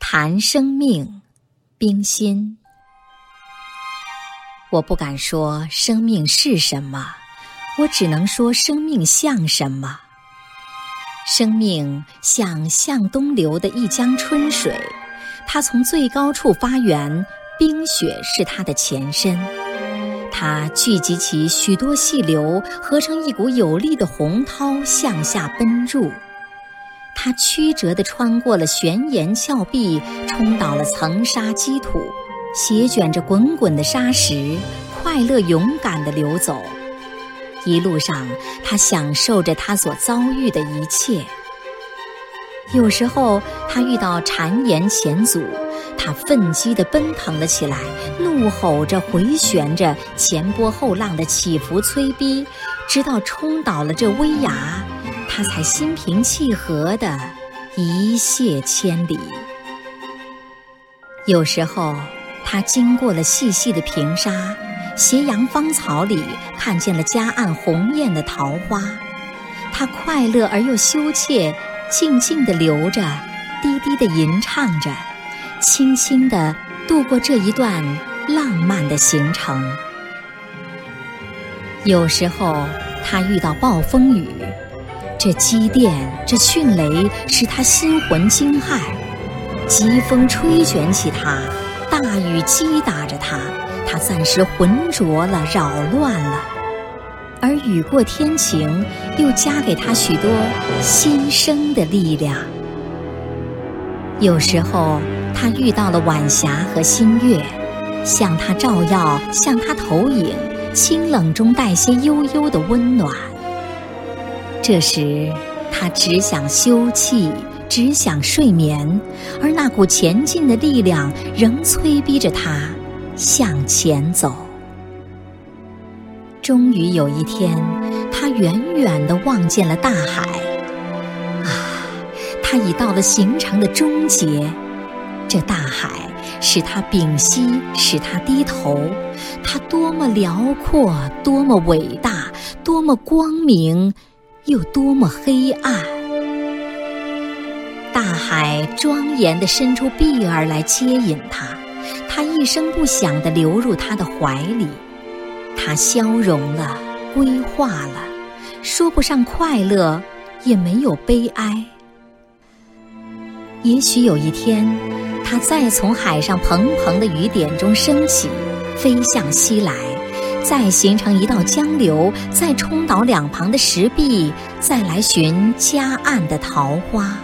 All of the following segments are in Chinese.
谈生命，冰心。我不敢说生命是什么，我只能说生命像什么。生命像向东流的一江春水，它从最高处发源，冰雪是它的前身。它聚集起许多细流，合成一股有力的洪涛向下奔入。它曲折地穿过了悬岩峭壁，冲倒了层沙积土，席卷着滚滚的沙石，快乐勇敢地流走。一路上，他享受着他所遭遇的一切。有时候，他遇到谗言险阻，他奋激地奔腾了起来，怒吼着，回旋着，前波后浪的起伏催逼，直到冲倒了这危崖，他才心平气和地一泻千里。有时候，他经过了细细的平沙，斜阳芳草里看见了夹岸红艳的桃花，他快乐而又羞怯，静静地流着，低低地吟唱着，轻轻地度过这一段浪漫的行程。有时候他遇到暴风雨，这激电，这迅雷使他心魂惊骇，疾风吹卷起他，大雨击打着他，他暂时浑浊了，扰乱了。而雨过天晴，又加给他许多新生的力量。有时候他遇到了晚霞和新月，向他照耀，向他投影，清冷中带些悠悠的温暖。这时他只想休憩，只想睡眠，而那股前进的力量仍催逼着他向前走。终于有一天，他远远地望见了大海。他已到了行程的终结，这大海使他屏息，使他低头，它多么辽阔，多么伟大，多么光明，又多么黑暗。大海庄严地伸出臂儿来接引他，他一声不响地流入他的怀里。他消融了，归化了，说不上快乐，也没有悲哀。也许有一天，他再从海上蓬蓬的雨点中升起，飞向西来，再形成一道江流，再冲倒两旁的石壁，再来寻夹岸的桃花。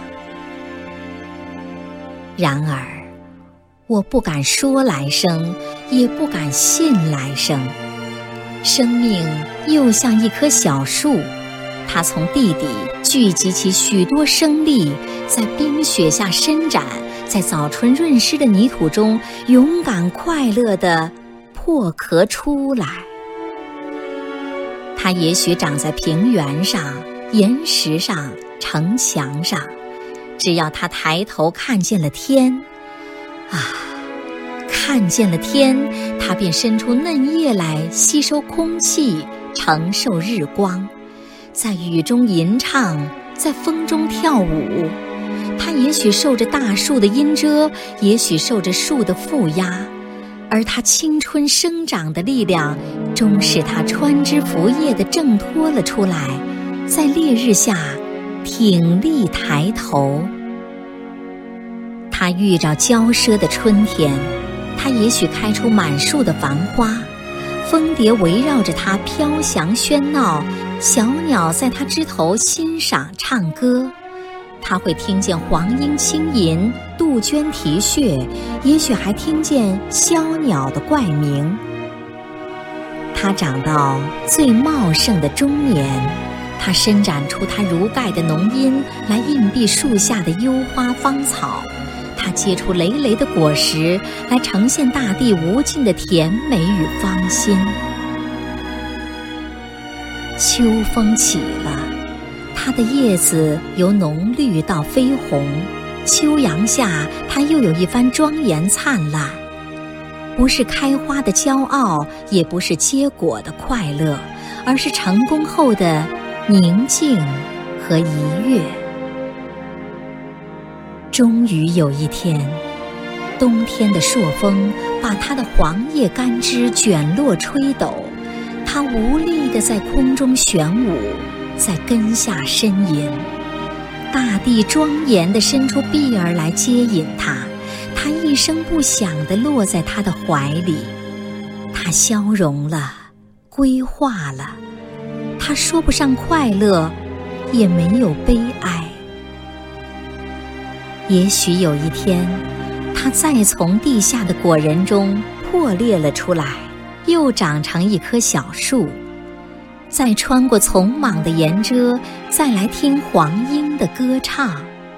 然而，我不敢说来生，也不敢信来生。生命又像一棵小树，它从地底聚集起许多生力，在冰雪下伸展，在早春润湿的泥土中勇敢快乐地破壳出来。它也许长在平原上、岩石上、城墙上，只要它抬头看见了天，看见了天，它便伸出嫩叶来吸收空气，承受日光，在雨中吟唱，在风中跳舞。它也许受着大树的阴遮，也许受着树的负压，而它青春生长的力量终使它穿枝拂叶地挣脱了出来，在烈日下挺立抬头。它遇着骄奢的春天，它也许开出满树的繁花，蜂蝶围绕着它飘翔喧闹，小鸟在它枝头欣赏唱歌。它会听见黄莺轻吟，杜鹃啼血，也许还听见枭鸟的怪鸣。它长到最茂盛的中年，它伸展出它如盖的浓荫来荫蔽树下的幽花芳草，它结出累累的果实来呈现大地无尽的甜美与芳心。秋风起了，它的叶子由浓绿到绯红，秋阳下它又有一番庄严灿烂。不是开花的骄傲，也不是结果的快乐，而是成功后的宁静和愉悦。终于有一天， 冬天的朔风把它的黄叶干枝卷落吹抖，它无力地在空中旋舞，在根下呻吟。大地庄严地伸出臂儿来接引它，它一声不响地落在他的怀里。它消融了，归化了，它说不上快乐，也没有悲哀。也许有一天，它再从地下的果仁中破裂了出来，又长成一棵小树，再穿过丛莽的岩遮，再来听黄莺的歌唱。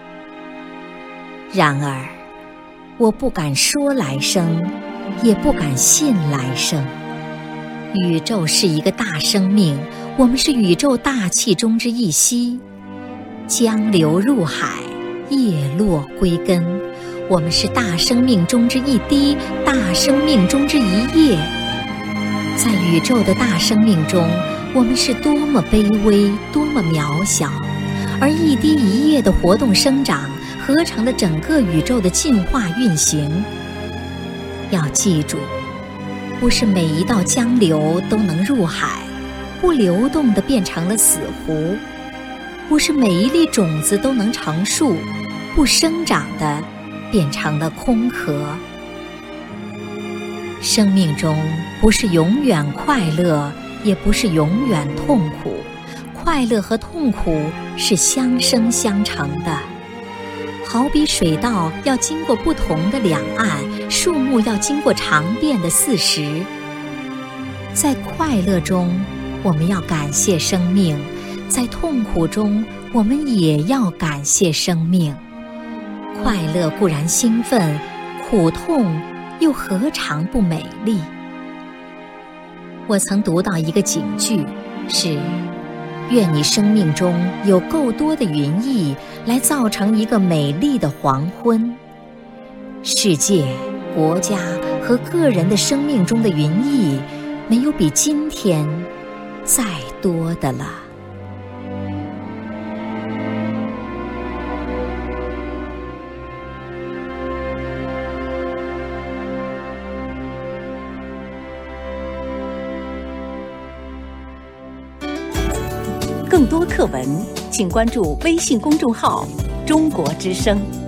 然而，我不敢说来生，也不敢信来生。宇宙是一个大生命，我们是宇宙大气中之一息。江流入海，叶落归根，我们是大生命中之一滴，大生命中之一叶。在宇宙的大生命中，我们是多么卑微，多么渺小，而一滴一叶的活动生长，合成了整个宇宙的进化运行。要记住，不是每一道江流都能入海，不流动的变成了死湖；不是每一粒种子都能成树，不生长的变成了空壳。生命中不是永远快乐，也不是永远痛苦，快乐和痛苦是相生相成的。好比水道要经过不同的两岸，树木要经过长变的四时。在快乐中，我们要感谢生命；在痛苦中，我们也要感谢生命。快乐固然兴奋，苦痛又何尝不美丽？我曾读到一个警句，是愿你生命中有够多的云翳，来造成一个美丽的黄昏。世界、国家和个人的生命中的云翳，没有比今天再多的了。 更多课文，请关注微信公众号“中国之声”。